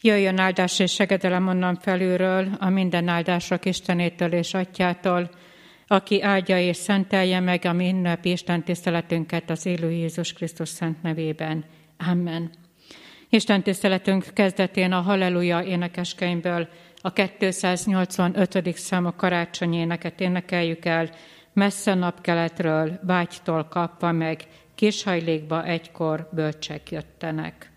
Jöjjön áldás és segedelem onnan felülről, a minden áldások Istenétől és Atyától, aki áldja és szentelje meg a mi ünnepi Isten tiszteletünket az élő Jézus Krisztus szent nevében. Amen. Isten tiszteletünk kezdetén a Halleluja énekeskönyvből a 285. számú karácsonyi éneket énekeljük el. Messze napkeletről, vágytól kapva meg, kishajlékba egykor bölcsek jöttenek.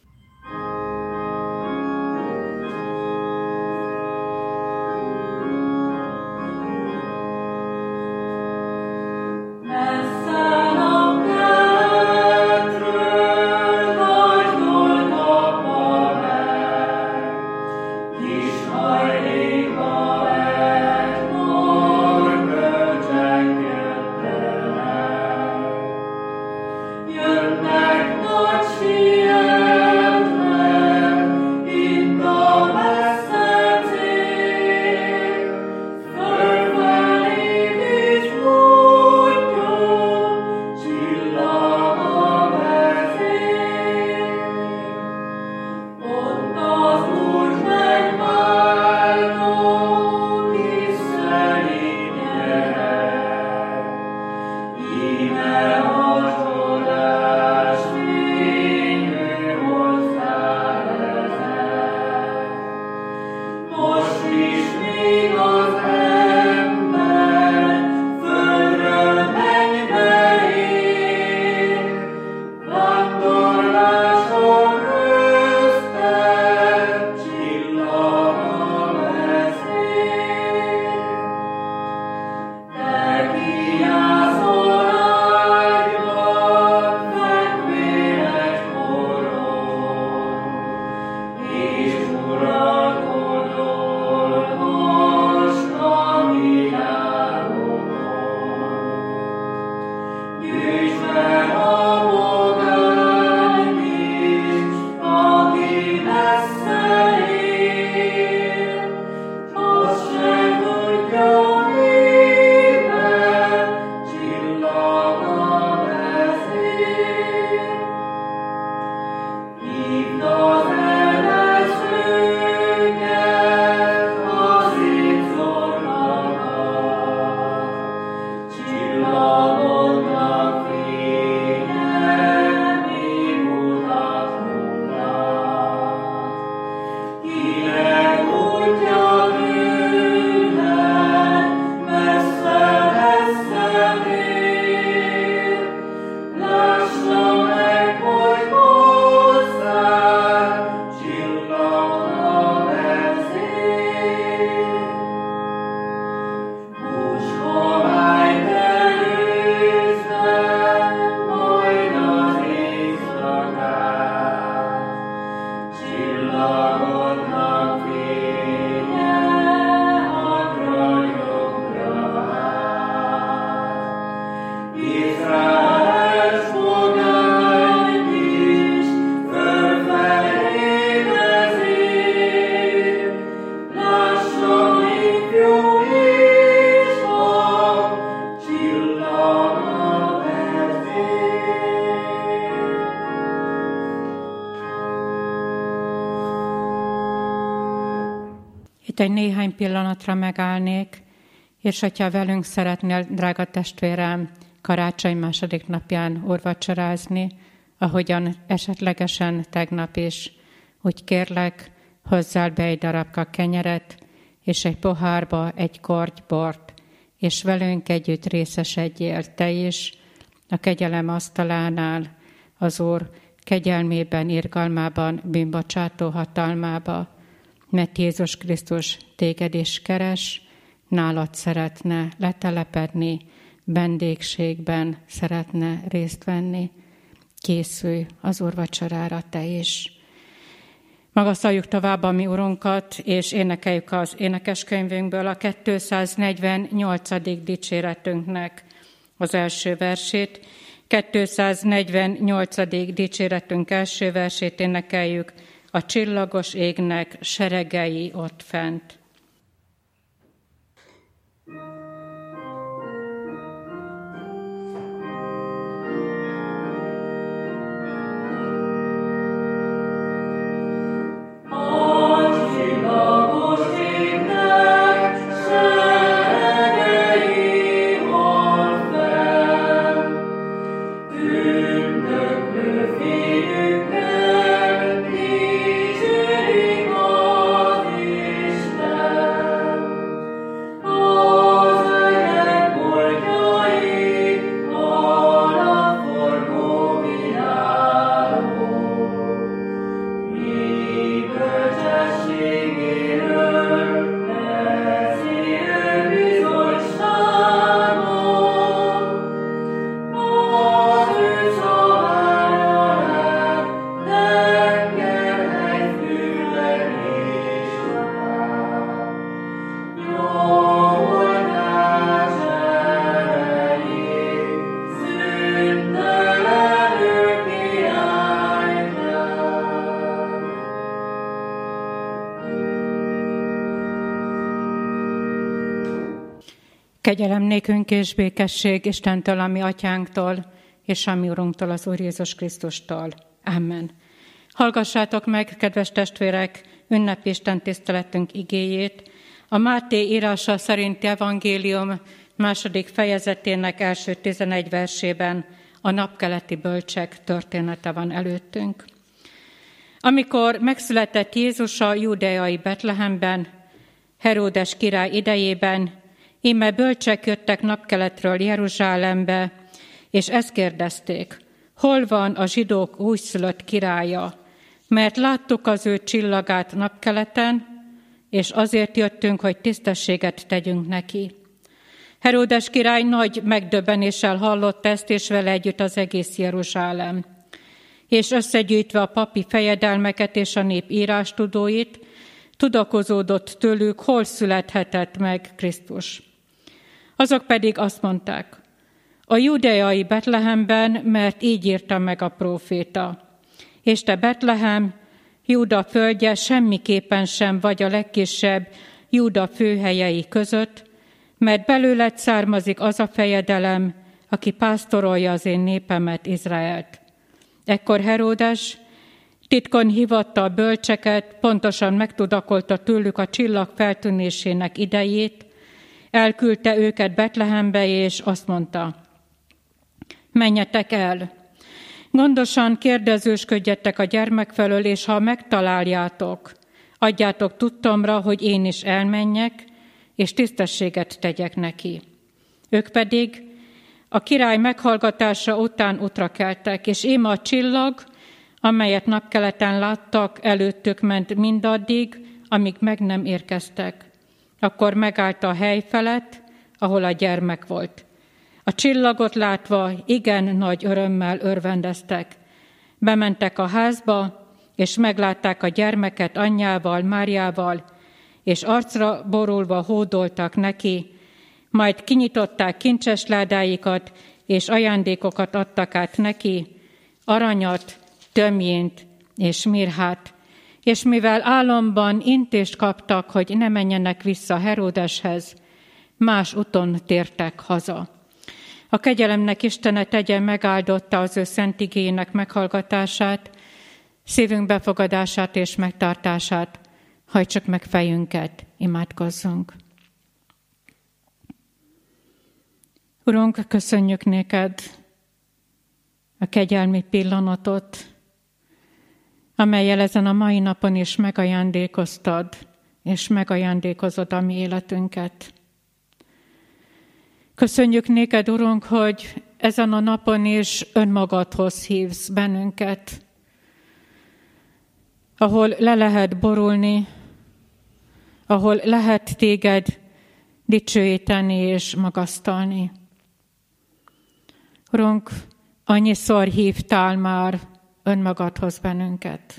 Itt egy néhány pillanatra megállnék, és hogyha velünk szeretnél, drága testvérem, karácsony második napján úrvacsorázni, ahogyan esetlegesen tegnap is, úgy kérlek, hozzál be egy darabka kenyeret, és egy pohárba egy korty bort, és velünk együtt részesedjél te is a kegyelem asztalánál, az Úr kegyelmében, irgalmában, bűnbocsátó hatalmába, mert Jézus Krisztus téged is keres, nálad szeretne letelepedni, vendégségben szeretne részt venni. Készülj az úrvacsorára te is. Magasztaljuk tovább a mi Urunkat, és énekeljük az énekeskönyvünkből a 248. dicséretünknek az első versét. 248. dicséretünk első versét énekeljük, a csillagos égnek seregei ott fent. Oh Kegyelem nékünk és békesség Istentől, a mi atyánktól, és a mi Urunktól, az Úr Jézus Krisztustól. Amen. Hallgassátok meg, kedves testvérek, ünnepi Isten tiszteletünk igéjét, a Máté írása szerinti evangélium 2. fejezetének első 11 versében a napkeleti bölcsek története van előttünk. Amikor megszületett Jézus a júdeai Betlehemben, Heródes király idejében, íme bölcsek jöttek napkeletről Jeruzsálembe, és ezt kérdezték, hol van a zsidók újszülött királya, mert láttuk az ő csillagát napkeleten, és azért jöttünk, hogy tisztességet tegyünk neki. Heródes király nagy megdöbbenéssel hallott ezt, és vele együtt az egész Jeruzsálem. És összegyűjtve a papi fejedelmeket és a nép írástudóit, tudakozódott tőlük, hol születhetett meg Krisztus. Azok pedig azt mondták, a judeai Betlehemben, mert így írta meg a próféta. És te Betlehem, Júda földje semmiképpen sem vagy a legkisebb Júda főhelyei között, mert belőled származik az a fejedelem, aki pásztorolja az én népemet, Izraelt. Ekkor Heródes titkon hívatta a bölcseket, pontosan megtudakolta tőlük a csillag feltűnésének idejét, elküldte őket Betlehembe, és azt mondta, menjetek el, gondosan kérdezősködjetek a gyermek felől, és ha megtaláljátok, adjátok tudtomra, hogy én is elmenjek, és tisztességet tegyek neki. Ők pedig a király meghallgatása után útra keltek, és íme a csillag, amelyet napkeleten láttak, előttük ment mindaddig, amíg meg nem érkeztek. Akkor megállt a hely felett, ahol a gyermek volt. A csillagot látva igen nagy örömmel örvendeztek. Bementek a házba, és meglátták a gyermeket anyjával, Máriával, és arcra borulva hódoltak neki, majd kinyitották kincses ládáikat, és ajándékokat adtak át neki, aranyat, tömjént és mirhát, és mivel álomban intést kaptak, hogy ne menjenek vissza Heródeshez, más úton tértek haza. A kegyelemnek Istene tegye megáldotta az ő szent igéjének meghallgatását, szívünk befogadását és megtartását, hajtsuk meg fejünket, imádkozzunk. Urunk, köszönjük néked a kegyelmi pillanatot, amellyel ezen a mai napon is megajándékoztad, és megajándékozod a mi életünket. Köszönjük néked, Urunk, hogy ezen a napon is önmagadhoz hívsz bennünket, ahol le lehet borulni, ahol lehet téged dicsőíteni és magasztalni. Urunk, annyiszor hívtál már önmagadhoz bennünket.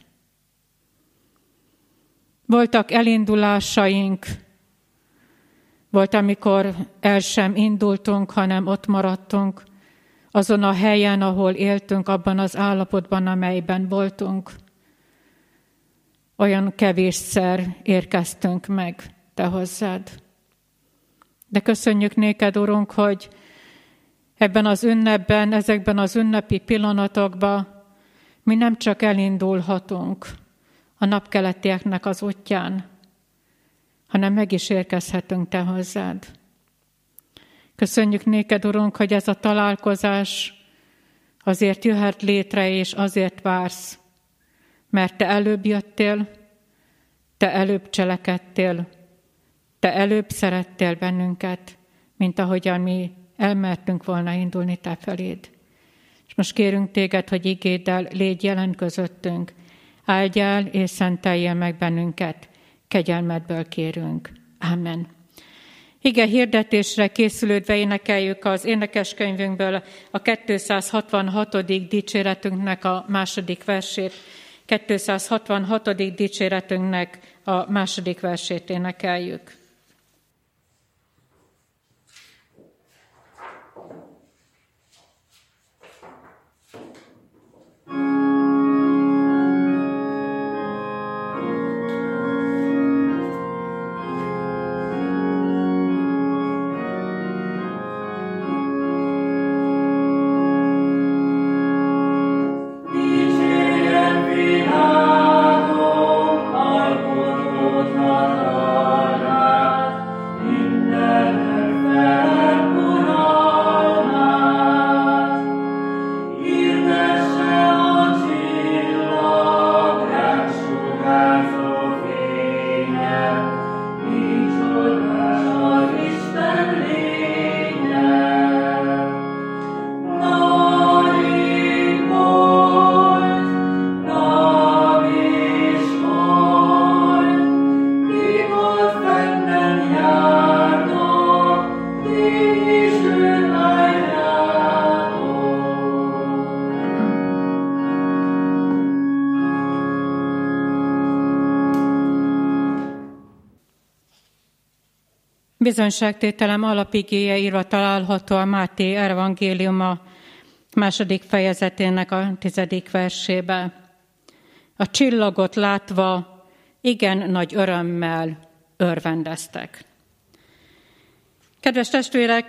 Voltak elindulásaink, volt, amikor el sem indultunk, hanem ott maradtunk, azon a helyen, ahol éltünk, abban az állapotban, amelyben voltunk. Olyan kevésszer érkeztünk meg te hozzád. De köszönjük néked, Urunk, hogy ebben az ünnepben, ezekben az ünnepi pillanatokban mi nem csak elindulhatunk a napkeletieknek az útján, hanem meg is érkezhetünk te hozzád. Köszönjük néked, Urunk, hogy ez a találkozás azért jöhet létre, és azért vársz, mert te előbb jöttél, te előbb cselekedtél, te előbb szerettél bennünket, mint ahogyan mi elmertünk volna indulni te feléd. És most kérünk téged, hogy igéddel légy jelen közöttünk, áldjál és szenteljél meg bennünket, kegyelmedből kérünk. Amen. Ige hirdetésre készülődve énekeljük az énekeskönyvünkből a 266. dicséretünknek a második versét. 266. dicséretünknek a második versét énekeljük. Bizonyságtételem alapigéje írva található a Máté evangéliuma 2. fejezetének a 10. versébe. A csillagot látva igen nagy örömmel örvendeztek. Kedves testvérek,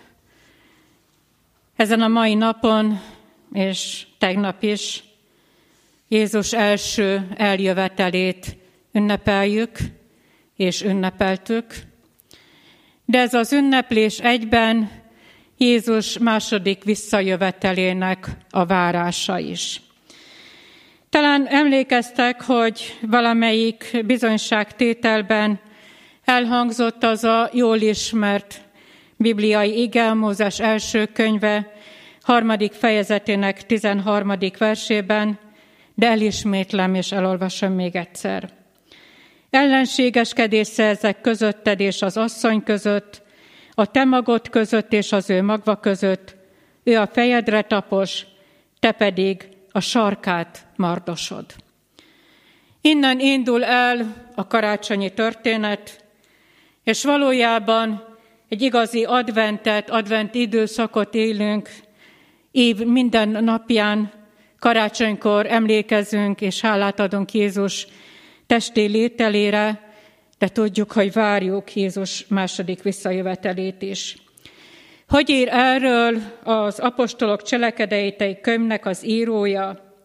ezen a mai napon és tegnap is Jézus első eljövetelét ünnepeljük és ünnepeltük, de ez az ünneplés egyben Jézus második visszajövetelének a várása is. Talán emlékeztek, hogy valamelyik bizonyságtételben elhangzott az a jól ismert bibliai ige, Mózes első könyve 3. fejezetének 13. versében, de elismétlem és elolvasom még egyszer. Ellenségeskedés szerzek közötted és az asszony között, a te magod között és az ő magva között, ő a fejedre tapos, te pedig a sarkát mardosod. Innen indul el a karácsonyi történet, és valójában egy igazi advent időszakot élünk, év minden napján, karácsonykor emlékezünk és hálát adunk Jézus testi lételére, de tudjuk, hogy várjuk Jézus második visszajövetelét is. Hogy ír erről az apostolok cselekedetei könyvnek az írója?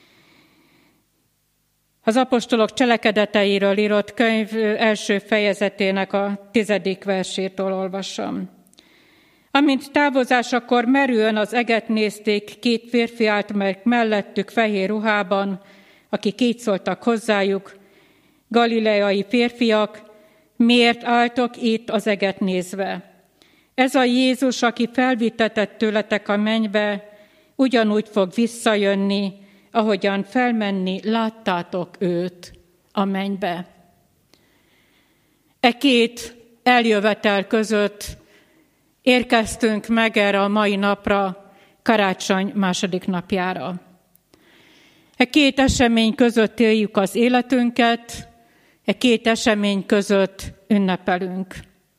Az apostolok cselekedeteiről írott könyv első fejezetének a 10. versétől olvasom. Amint távozásakor merően az eget nézték, két férfi állt meg mellettük fehér ruhában, akik így szóltak hozzájuk: Galileai férfiak, miért álltok itt az eget nézve? Ez a Jézus, aki felvittetett tőletek a mennybe, ugyanúgy fog visszajönni, ahogyan felmenni láttátok őt a mennybe. E két eljövetel között érkeztünk meg erre a mai napra, karácsony második napjára. E két esemény között éljük az életünket, e két esemény között ünnepelünk.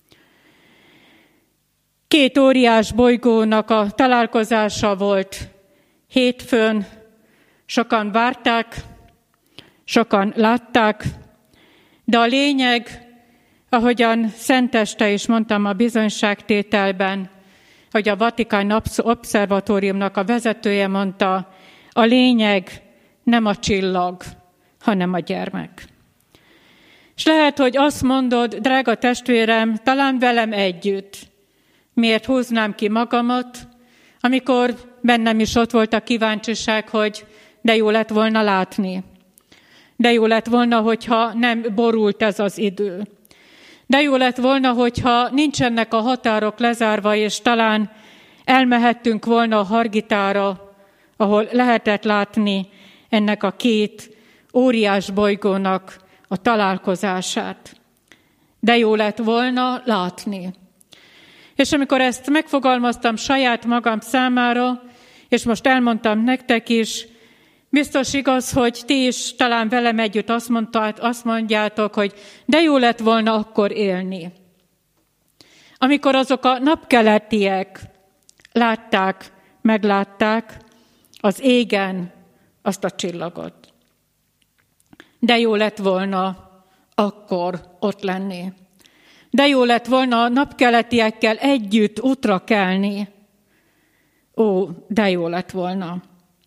Két óriás bolygónak a találkozása volt hétfőn, sokan várták, sokan látták, de a lényeg, ahogyan Szenteste is mondtam a bizonyságtételben, hogy a Vatikán Obszervatóriumnak a vezetője mondta, a lényeg nem a csillag, hanem a gyermek. És lehet, hogy azt mondod, drága testvérem, talán velem együtt, miért húznám ki magamat, amikor bennem is ott volt a kíváncsiság, hogy de jó lett volna látni. De jó lett volna, hogyha nem borult ez az idő. De jó lett volna, hogyha nincsenek a határok lezárva, és talán elmehettünk volna a Hargitára, ahol lehetett látni ennek a két óriás bolygónak a találkozását. De jó lett volna látni. És amikor ezt megfogalmaztam saját magam számára, és most elmondtam nektek is, biztos igaz, hogy ti is talán velem együtt azt mondjátok, hogy de jó lett volna akkor élni. Amikor azok a napkeletiek meglátták az égen azt a csillagot. De jó lett volna akkor ott lenni. De jó lett volna a napkeletiekkel együtt útra kelni. Ó, de jó lett volna.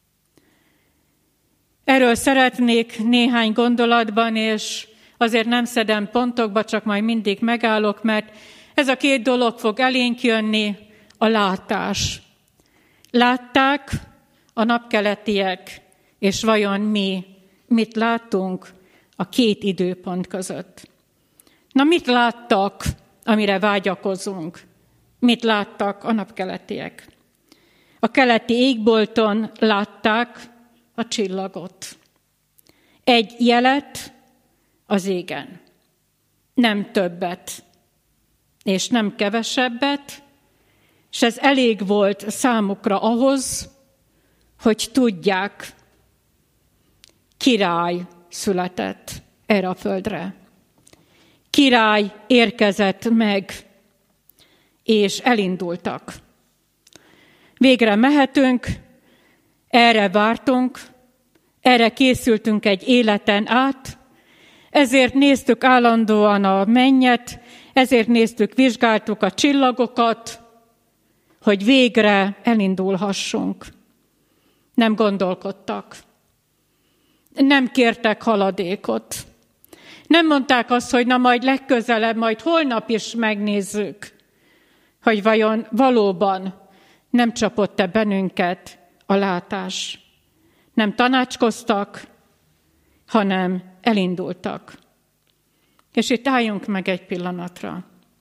Erről szeretnék néhány gondolatban, és azért nem szedem pontokba, csak majd mindig megállok, mert ez a két dolog fog elénk jönni, a látás. Látták a napkeletiek, és vajon mi mit láttunk a két időpont között? Na, mit láttak, amire vágyakozunk? Mit láttak a napkeletiek? A keleti égbolton látták a csillagot. Egy jelet az égen. Nem többet, és nem kevesebbet, és ez elég volt számukra ahhoz, hogy tudják, király született erre a földre. Király érkezett meg és elindultak. Végre mehetünk, erre vártunk, erre készültünk egy életen át, ezért néztük állandóan a mennyet, ezért néztük, vizsgáltuk a csillagokat, hogy végre elindulhassunk. Nem gondolkodtak. Nem kértek haladékot. Nem mondták azt, hogy na majd legközelebb, majd holnap is megnézzük, hogy vajon valóban nem csapott-e bennünket a látás. Nem tanácskoztak, hanem elindultak. És itt álljunk meg egy pillanatra.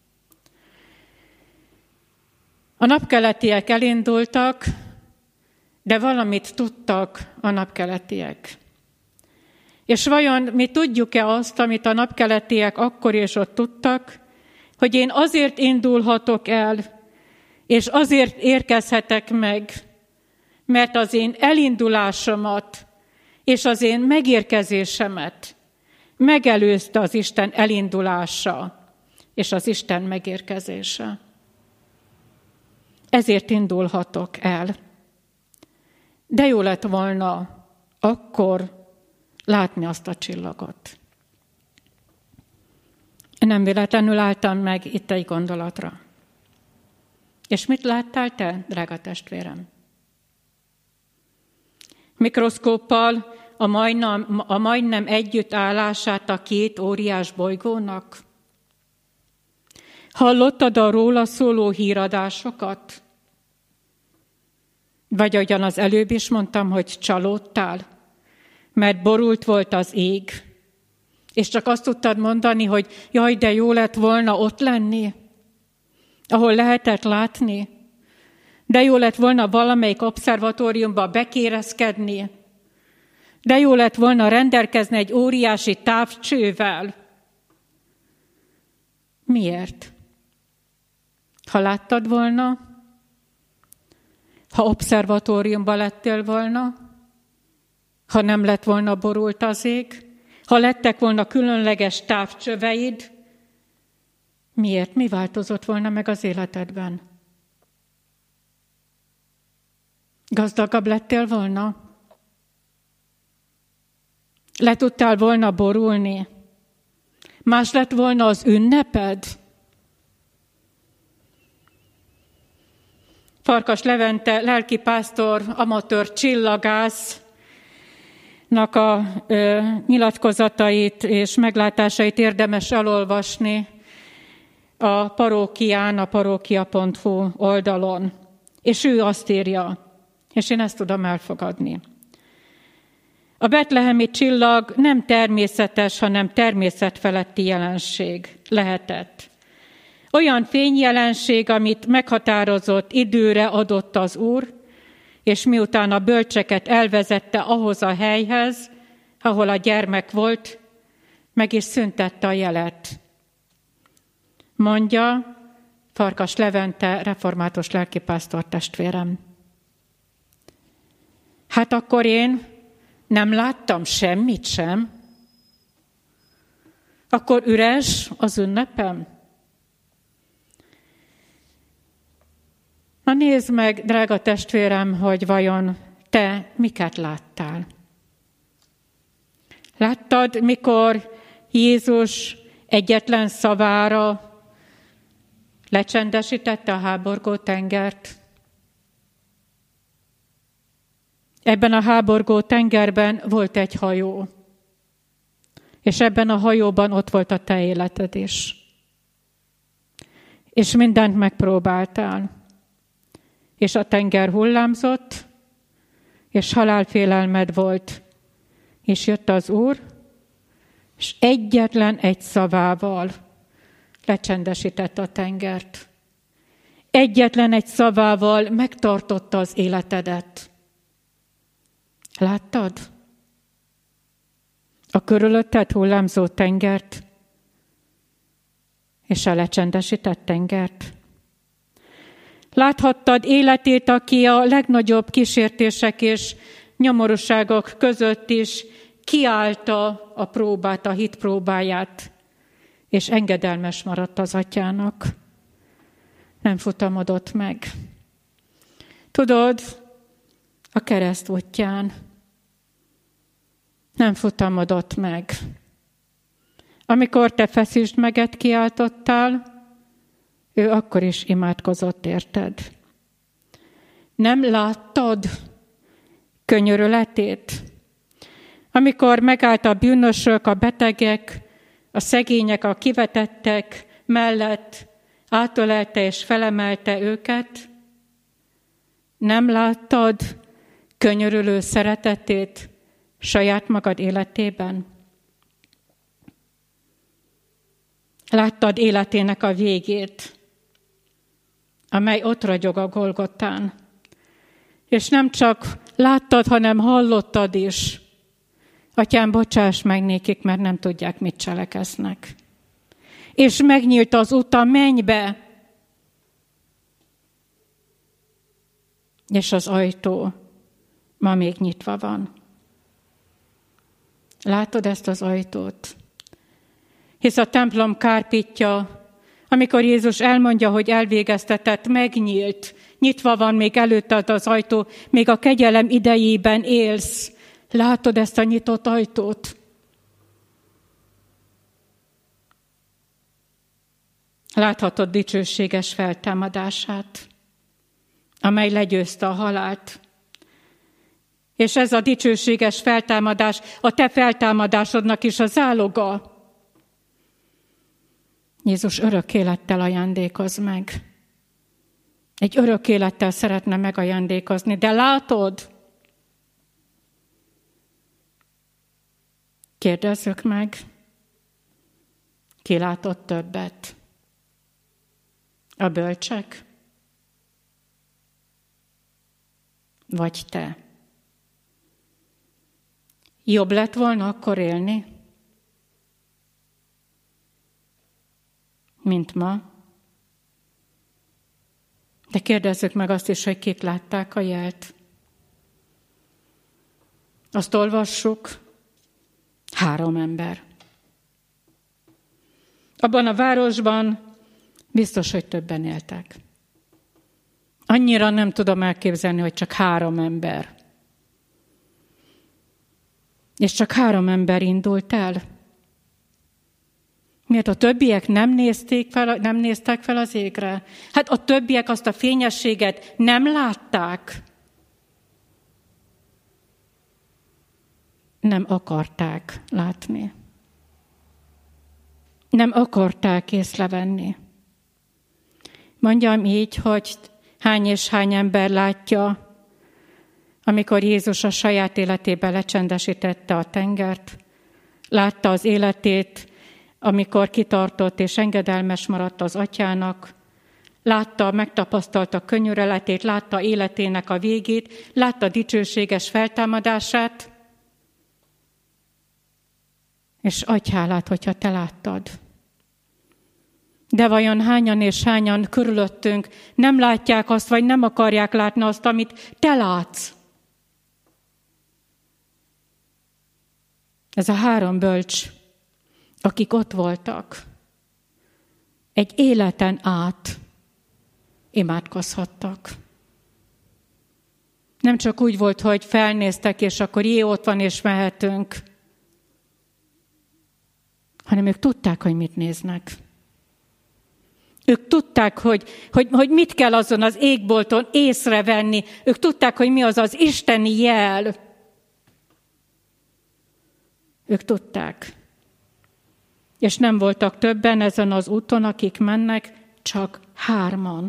A napkeletiek elindultak, de valamit tudtak a napkeletiek. És vajon mi tudjuk-e azt, amit a napkeletiek akkor és ott tudtak, hogy én azért indulhatok el, és azért érkezhetek meg, mert az én elindulásomat és az én megérkezésemet megelőzte az Isten elindulása és az Isten megérkezése. Ezért indulhatok el. De jó lett volna akkor látni azt a csillagot. Nem véletlenül álltam meg itt egy gondolatra. És mit láttál te, drága testvérem? Mikroszkóppal a majdnem együttállását a két óriás bolygónak? Hallottad a róla szóló híradásokat? Vagy ahogyan az előbb is mondtam, hogy csalódtál, mert borult volt az ég, és csak azt tudtad mondani, hogy jaj, de jó lett volna ott lenni, ahol lehetett látni, de jó lett volna valamelyik obszervatóriumba bekérezkedni, de jó lett volna rendelkezni egy óriási távcsővel. Miért? Ha láttad volna, ha obszervatóriumba lettél volna, ha nem lett volna borult az ég, ha lettek volna különleges távcsöveid, miért? Mi változott volna meg az életedben? Gazdagabb lettél volna? Le tudtál volna borulni? Más lett volna az ünneped? Farkas Levente lelkipásztor, amatőr csillagásznak a nyilatkozatait és meglátásait érdemes elolvasni a parókián, a parókia.hu oldalon. És ő azt írja, és én ezt tudom elfogadni. A betlehemi csillag nem természetes, hanem természetfeletti jelenség lehetett. Olyan fényjelenség, amit meghatározott időre adott az Úr, és miután a bölcseket elvezette ahhoz a helyhez, ahol a gyermek volt, meg is szüntette a jelet. Mondja Farkas Levente, református lelkipásztor testvérem. Hát akkor én nem láttam semmit sem? Akkor üres az ünnepem? Na nézd meg, drága testvérem, hogy vajon te miket láttál. Láttad, mikor Jézus egyetlen szavára lecsendesítette a háborgó tengert? Ebben a háborgó tengerben volt egy hajó, és ebben a hajóban ott volt a te életed is. És mindent megpróbáltál. És a tenger hullámzott, és halálfélelmed volt. És jött az Úr, és egyetlen egy szavával lecsendesítette a tengert. Egyetlen egy szavával megtartotta az életedet. Láttad? A körülötted hullámzó tengert, és a lecsendesített tengert. Láthattad életét, aki a legnagyobb kísértések és nyomorúságok között is kiállta a próbát, a hit próbáját, és engedelmes maradt az atyának. nem futamodott meg. Tudod, a kereszt útján nem futamodott meg. Amikor te feszítsd-meget kiáltottál, ő akkor is imádkozott érted. Nem láttad könyörületét? Amikor megállt a bűnösök, a betegek, a szegények, a kivetettek mellett, átölelte és felemelte őket, nem láttad könyörülő szeretetét saját magad életében? Láttad életének a végét, amely ott ragyog a Golgotán. És nem csak láttad, hanem hallottad is. Atyám, bocsáss meg nékik, mert nem tudják, mit cselekeznek. És megnyílt az út a mennybe. És az ajtó ma még nyitva van. Látod ezt az ajtót? Hisz a templom kárpitja, amikor Jézus elmondja, hogy elvégeztetett, megnyílt, nyitva van még előtted az ajtó, még a kegyelem idejében élsz. Látod ezt a nyitott ajtót? Láthatod dicsőséges feltámadását, amely legyőzte a halált. És ez a dicsőséges feltámadás a te feltámadásodnak is a záloga. Jézus örök élettel ajándékoz meg. Egy örök élettel szeretne megajándékozni, de látod? Kérdezzük meg, ki látott többet? A bölcsek? Vagy te? Jobb lett volna akkor élni, mint ma? De kérdezzük meg azt is, hogy kik látták a jelt. Azt olvassuk, 3 ember. Abban a városban biztos, hogy többen éltek. Annyira nem tudom elképzelni, hogy csak 3 ember. És csak 3 ember indult el. Miért a többiek nem néztek fel az égre? Hát a többiek azt a fényességet nem látták. Nem akarták látni. Nem akarták észrevenni. Mondjam így, hogy hány és hány ember látja, amikor Jézus a saját életébe lecsendesítette a tengert, látta az életét, amikor kitartott és engedelmes maradt az atyának, látta, megtapasztalta könyörületét, látta életének a végét, látta dicsőséges feltámadását, és adj hálát, hogyha te láttad. De vajon hányan és hányan körülöttünk nem látják azt, vagy nem akarják látni azt, amit te látsz? Ez a 3 bölcs, akik ott voltak, egy életen át imádkozhattak. Nem csak úgy volt, hogy felnéztek, és akkor ott van, és mehetünk, hanem ők tudták, hogy mit néznek. Ők tudták, hogy mit kell azon az égbolton észrevenni. Ők tudták, hogy mi az az isteni jel. Ők tudták. És nem voltak többen ezen az úton, akik mennek, csak 3.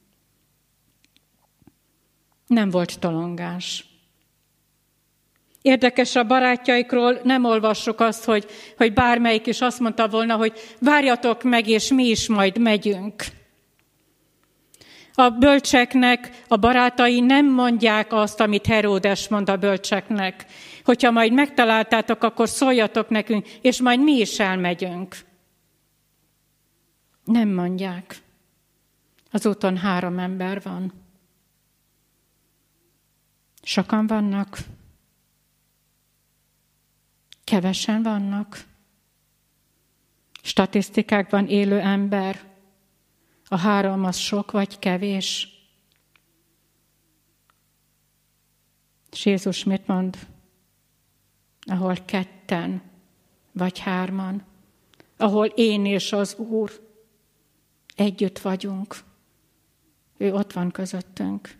Nem volt tolongás. Érdekes, a barátjaikról nem olvassuk azt, hogy bármelyik is azt mondta volna, hogy várjatok meg, és mi is majd megyünk. A bölcseknek a barátai nem mondják azt, amit Heródes mond a bölcseknek. Hogyha majd megtaláltátok, akkor szóljatok nekünk, és majd mi is elmegyünk. Nem mondják. Az úton 3 ember van. Sokan vannak. Kevesen vannak. Statisztikákban élő ember, A 3 az sok vagy kevés? És Jézus mit mond? Ahol 2 vagy 3, ahol én és az Úr együtt vagyunk, ő ott van közöttünk.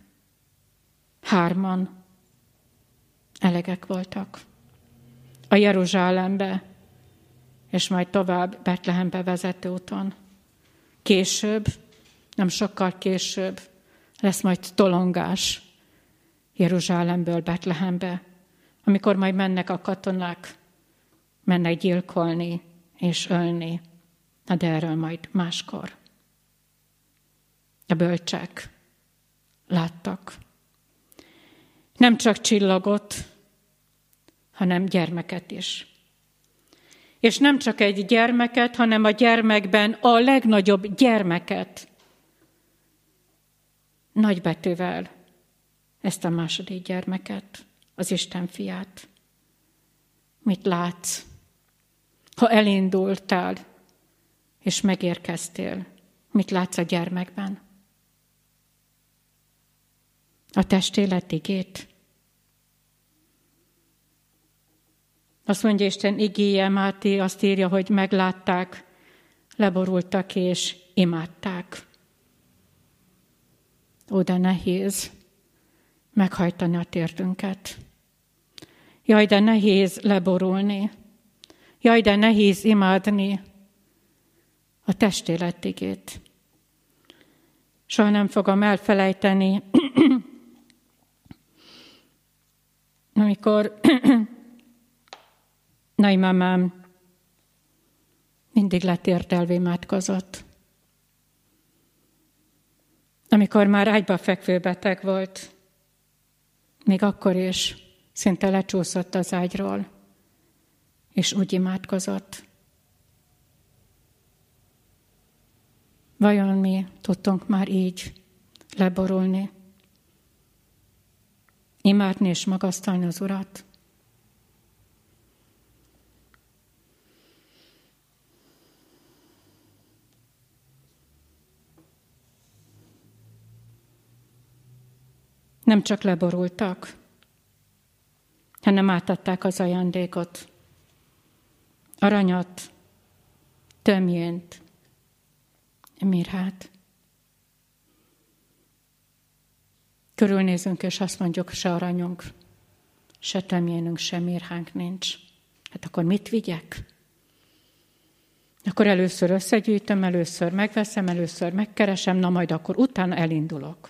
3 elegek voltak. A Jeruzsálembe, és majd tovább Betlehembe vezető úton. Később, nem sokkal később lesz majd tolongás Jeruzsálemből Betlehembe, amikor majd mennek a katonák, mennek gyilkolni és ölni. De erről majd máskor. A bölcsek láttak. Nem csak csillagot, hanem gyermeket is. És nem csak egy gyermeket, hanem a gyermekben a legnagyobb gyermeket. Nagybetűvel ezt a második gyermeket, az Isten fiát. Mit látsz, ha elindultál és megérkeztél? Mit látsz a gyermekben? A testélet igét? Azt mondja Isten igéje, Máté azt írja, hogy meglátták, leborultak és imádták. Ó, de nehéz meghajtani a térdünket. Jaj, de nehéz leborulni. Jaj, de nehéz imádni a testélet igét. Soha nem fogom elfelejteni, amikor nagymamám mindig letérdelve imádkozott. Amikor már ágyba fekvő beteg volt, még akkor is szinte lecsúszott az ágyról, és úgy imádkozott. Vajon mi tudtunk már így leborulni, imádni és magasztalni az Urat? Nem csak leborultak, hanem átadták az ajándékot, aranyat, tömjént, mirhát. Körülnézünk, és azt mondjuk, se aranyunk, se tömjénünk, se mirhánk nincs. Hát akkor mit vigyek? Akkor először összegyűjtöm, először megveszem, először megkeresem, na majd akkor utána elindulok.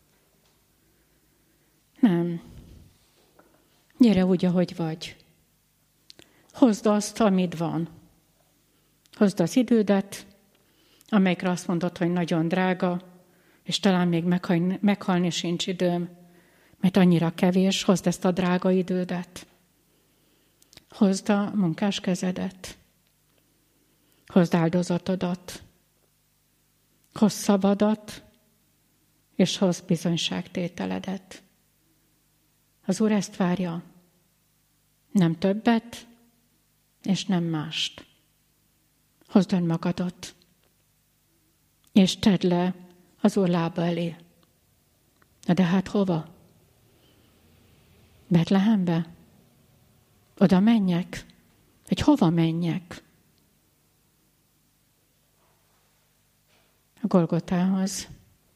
Nem. Gyere úgy, ahogy vagy. Hozd azt, amit van. Hozd az idődet, amelyikre azt mondod, hogy nagyon drága, és talán még meghalni sincs időm, mert annyira kevés. Hozd ezt a drága idődet. Hozd a munkás kezedet. Hozd áldozatodat. Hozd szabadat, és hozd bizonyságtételedet. Az Úr ezt várja. Nem többet, és nem mást. Hozd önmagadat, és tedd le az Úr lába elé. De hát hova? Betlehembe? Oda menjek? Hogy hova menjek? A Golgotához.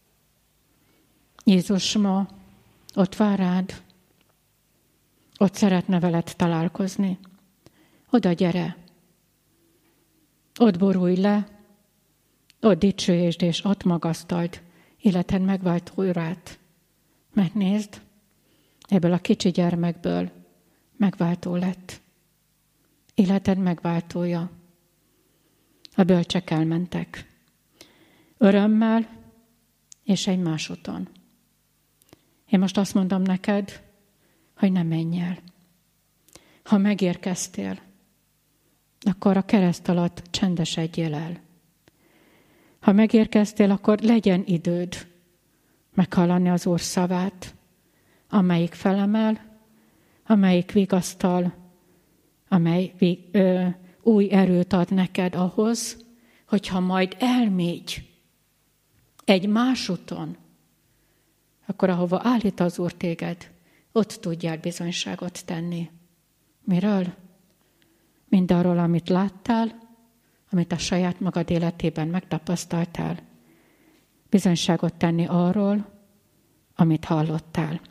Jézus ma ott vár rád. Ott szeretne veled találkozni. Oda gyere. Ott borulj le, ott dicsőítsd és ott magasztald életed megváltó Urát. Mert nézd, ebből a kicsi gyermekből megváltó lett. Életed megváltója. A bölcsek elmentek. Örömmel és egy más úton. Én most azt mondom neked, hogy ne menj el. Ha megérkeztél, akkor a kereszt alatt csendesedjél el. Ha megérkeztél, akkor legyen időd meghallani az Úr szavát, amelyik felemel, amelyik vigasztal, amely új erőt ad neked ahhoz, hogyha majd elmégy egy más úton, akkor ahova állít az Úr téged, ott tudjál bizonyságot tenni. Miről? Mindarról, amit láttál, amit a saját magad életében megtapasztaltál. Bizonyságot tenni arról, amit hallottál.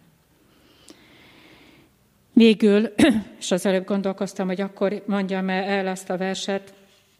Végül, és az előbb gondolkoztam, hogy akkor mondjam el ezt a verset,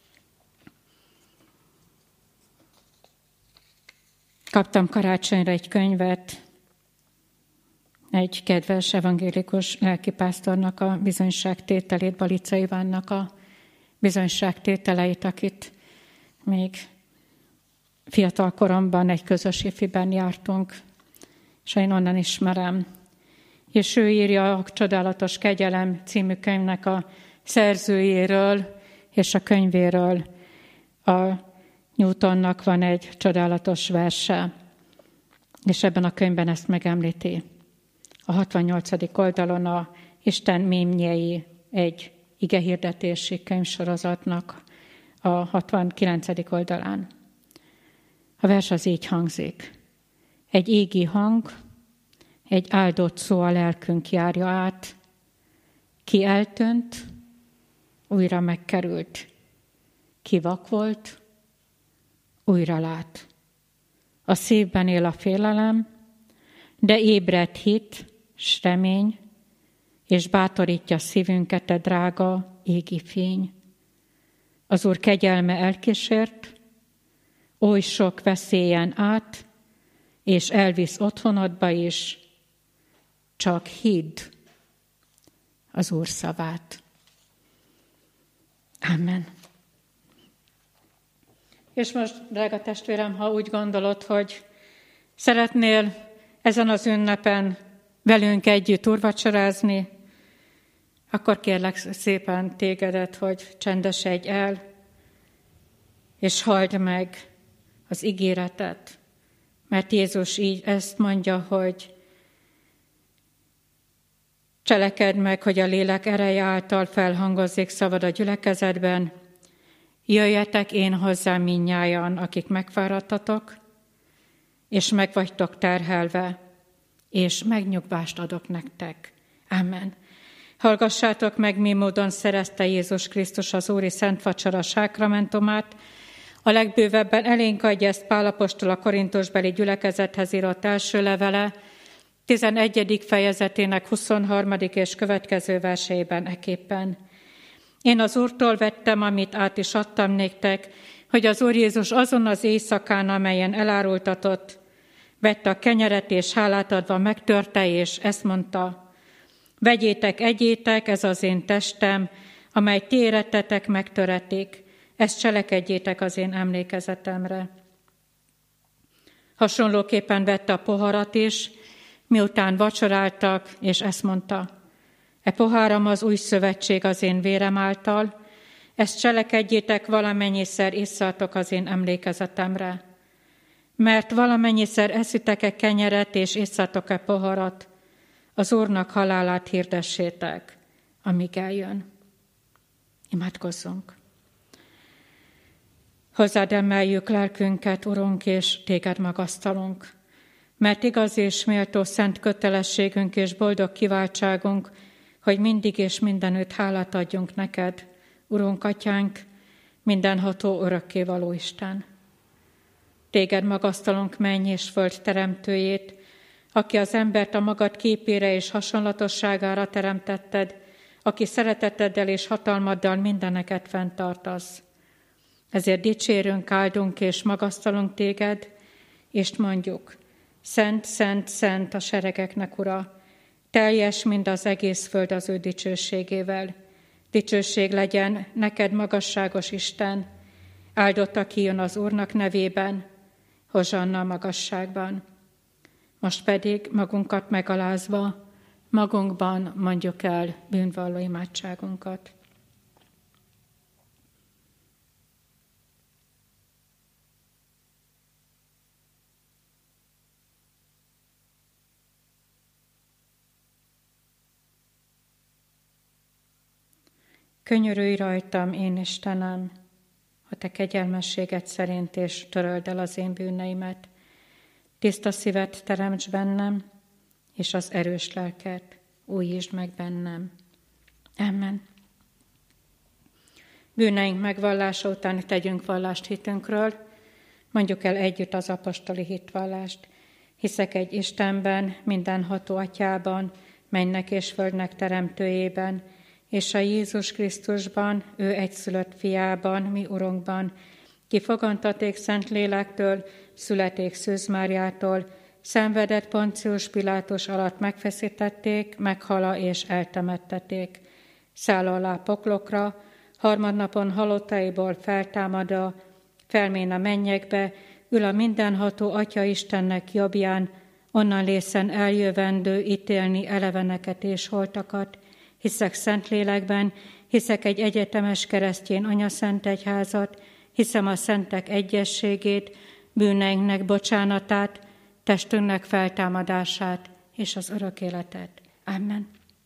kaptam karácsonyra egy könyvet, egy kedves evangélikus lelkipásztornak a bizonyságtételét, Balica Ivánnak a bizonyságtételeit, akit még fiatal koromban egy közös ifiben jártunk, és én onnan ismerem. És ő írja a Csodálatos Kegyelem című könyvnek a szerzőjéről és a könyvéről. A Newtonnak van egy csodálatos verse, és ebben a könyvben ezt megemlíti. A 68. oldalon a Isten mémjei egy igehirdetési könyvsorozatnak a 69. oldalán. A vers az így hangzik. Egy égi hang, egy áldott szó a lelkünk járja át, ki eltűnt, újra megkerült. Ki vak volt, újra lát. A szívben él a félelem, de ébredt hit, s remény, és bátorítja szívünket a drága égi fény. Az Úr kegyelme elkísért, oly sok veszélyen át, és elvisz otthonodba is, csak hidd az Úr szavát. Amen. És most, drága testvérem, ha úgy gondolod, hogy szeretnél ezen az ünnepen velünk együtt úrvacsorázni, akkor kérlek szépen tégedet, hogy csendesedj el, és halld meg az ígéretet. Mert Jézus így ezt mondja, hogy cselekedd meg, hogy a lélek ereje által felhangozzék szavad a gyülekezetben. Jöjjetek én hozzám mindnyájan, akik megfáradtatok, és meg vagytok terhelve, és megnyugvást adok nektek. Amen. Hallgassátok meg, mi módon szerezte Jézus Krisztus az Úri Szent Vacsora sákramentumát. A legbővebben elénk adja ezt Pál apostol a korintusbeli gyülekezethez írott első levele, 11. fejezetének 23. és következő verseiben eképpen. Én az Úrtól vettem, amit át is adtam néktek, hogy az Úr Jézus azon az éjszakán, amelyen elárultatott, vette a kenyeret, és hálát adva megtörte, és ezt mondta: vegyétek, egyétek, ez az én testem, amely ti érettetek megtöretik, ezt cselekedjétek az én emlékezetemre. Hasonlóképpen vette a poharat is, miután vacsoráltak, és ezt mondta: e poháram az új szövetség az én vérem által, ezt cselekedjétek, valamennyiszer isszátok az én emlékezetemre. Mert valamennyiszer eszitek-e kenyeret, és isszátok-e poharat, az Úrnak halálát hirdessétek, amíg eljön. Imádkozzunk. Hozzád emeljük lelkünket, Urunk, és téged magasztalunk, mert igaz és méltó szent kötelességünk és boldog kiváltságunk, hogy mindig és mindenütt hálát adjunk neked, Urunk, Atyánk, mindenható örökkévaló Isten. Téged magasztalunk, menny és föld teremtőjét, aki az embert a magad képére és hasonlatosságára teremtetted, aki szereteteddel és hatalmaddal mindeneket fenntartasz. Ezért dicsérünk, áldunk és magasztalunk téged, és mondjuk: szent, szent, szent a seregeknek Ura, teljes mind az egész föld az ő dicsőségével. Dicsőség legyen neked, magasságos Isten, áldott, aki jön az Úrnak nevében, hozsanna a magasságban. Most pedig magunkat megalázva, magunkban mondjuk el bűnvalló imádságunkat. Könyörülj rajtam, én Istenem, ha te kegyelmességed szerint és töröld el az én bűneimet, Tiszta szívet teremts bennem, és az erős lelket újítsd meg bennem. Amen. Bűneink megvallása után tegyünk vallást hitünkről, mondjuk el együtt az apostoli hitvallást. Hiszek egy Istenben, mindenható Atyában, mennek és földnek teremtőjében, és a Jézus Krisztusban, ő egyszülött fiában, mi Urunkban, ki fogantaték Szentlélektől, születék Szűz Máriától, szenvedett Poncius Pilátus alatt megfeszítették, meghala és eltemetteték. Száll alá poklokra, harmadnapon halottaiból feltámada, felmén a mennyekbe, ül a mindenható Atya Istennek jobbján, onnan lészen eljövendő ítélni eleveneket és holtakat. Hiszek Szentlélekben, hiszek egy egyetemes keresztény anyaszent egyházat, hiszem a szentek egyességét, bűneinknek bocsánatát, testünknek feltámadását és az örök életet. Amen.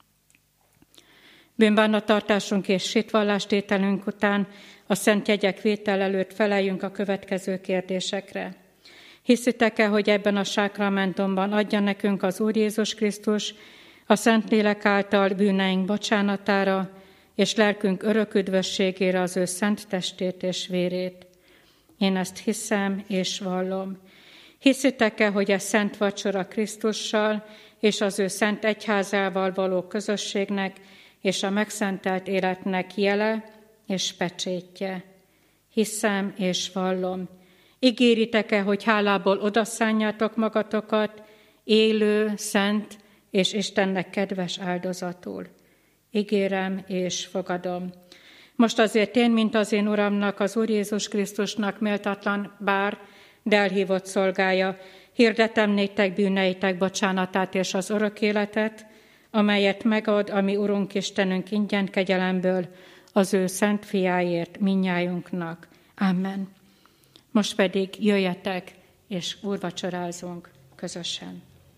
Bűnbánattartásunk és hitvallástételünk után a szent jegyek vétel előtt feleljünk a következő kérdésekre. Hiszitek-e, hogy ebben a sákramentumban adja nekünk az Úr Jézus Krisztus a Szentlélek által bűneink bocsánatára és lelkünk örök üdvösségére az ő szent testét és vérét? Én ezt hiszem és vallom. Hiszitek-e, hogy a szent vacsora Krisztussal és az ő szent egyházával való közösségnek és a megszentelt életnek jele és pecsétje? Hiszem és vallom. Ígéritek-e, hogy hálából odaszánjátok magatokat élő, szent és Istennek kedves áldozatul? Ígérem és fogadom. Most azért én, mint az én Uramnak, az Úr Jézus Krisztusnak méltatlan bár, de elhívott szolgája, hirdetem néktek bűneitek bocsánatát és az örök életet, amelyet megad a mi Urunk Istenünk ingyen kegyelemből az ő szent fiáért mindnyájunknak. Amen. Most pedig jöjjetek, és úrvacsorázunk közösen.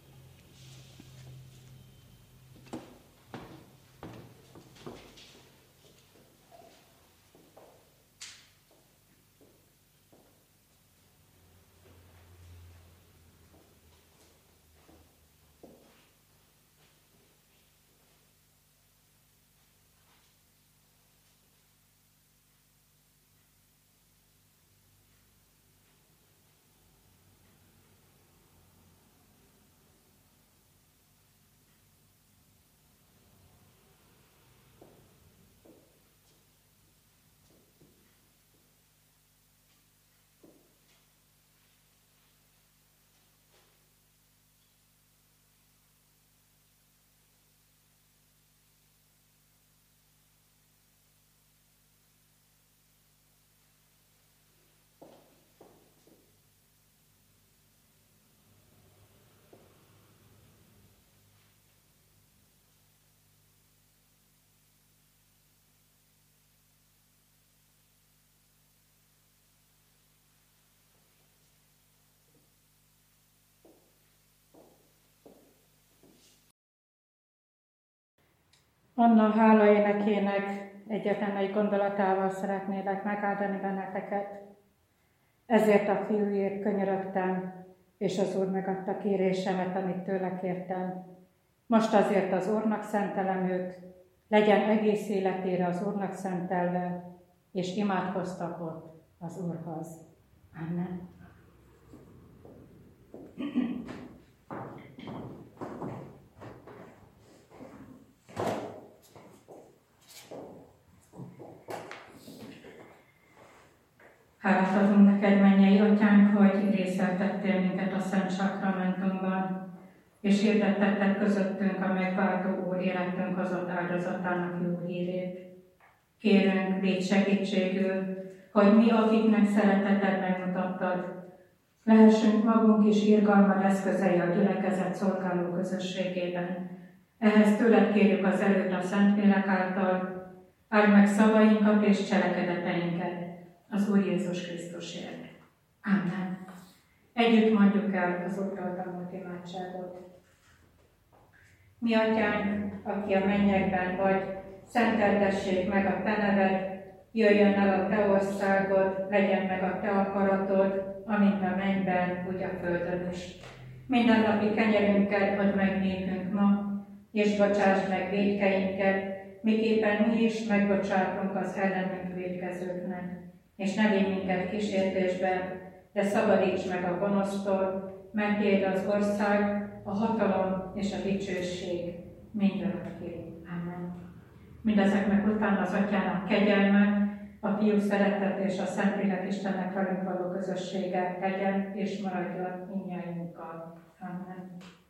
Anna hála énekének egyetlen egy gondolatával szeretnélek megáldani benneteket. Ezért a fiúért könyörögtem, és az Úr megadta kérésemet, amit tőle kértem. Most azért az Úrnak szentelem őt, legyen egész életére az Úrnak szentelve, és imádkoztak ott az Úrhoz. Amen. Hálát adunk neked, mennyei Atyánk, hogy részeltettél minket a Szent Sakramentumban, és hirdettetted közöttünk a megváltó Úr életünk hozott áldozatának jó hírét. Kérünk, légy segítségül, hogy mi, akiknek szereteted megmutattad, lehessünk magunk is irgalmad eszközei a gyülekezet szolgáló közösségében. Ehhez tőled kérjük az előtt a Szentlélek által, áld meg szavainkat és cselekedeteinket az Úr Jézus Krisztusért. Amen. Együtt mondjuk el az Úrtól tanult imádságot. Mi Atyánk, aki a mennyekben vagy, szenteltessék meg a te neved, Jöjjön el a te országod, legyen meg a te akaratod, amint a mennyben, úgy a földön is. Mindennapi kenyerünket add meg nékünk ma, és bocsásd meg vétkeinket, miképpen mi is megbocsátunk az ellenünk vétkezőknek. És ne vigy minket kísértésbe, de szabadíts meg a gonosztól, mert tiéd az ország, a hatalom és a dicsőség mindörökké. Amen. Mindezeknek után az Atyának kegyelme, a Fiú szeretet és a Szentlélek Istennek velünk való közössége legyen és maradjon mindnyájunkkal. Amen.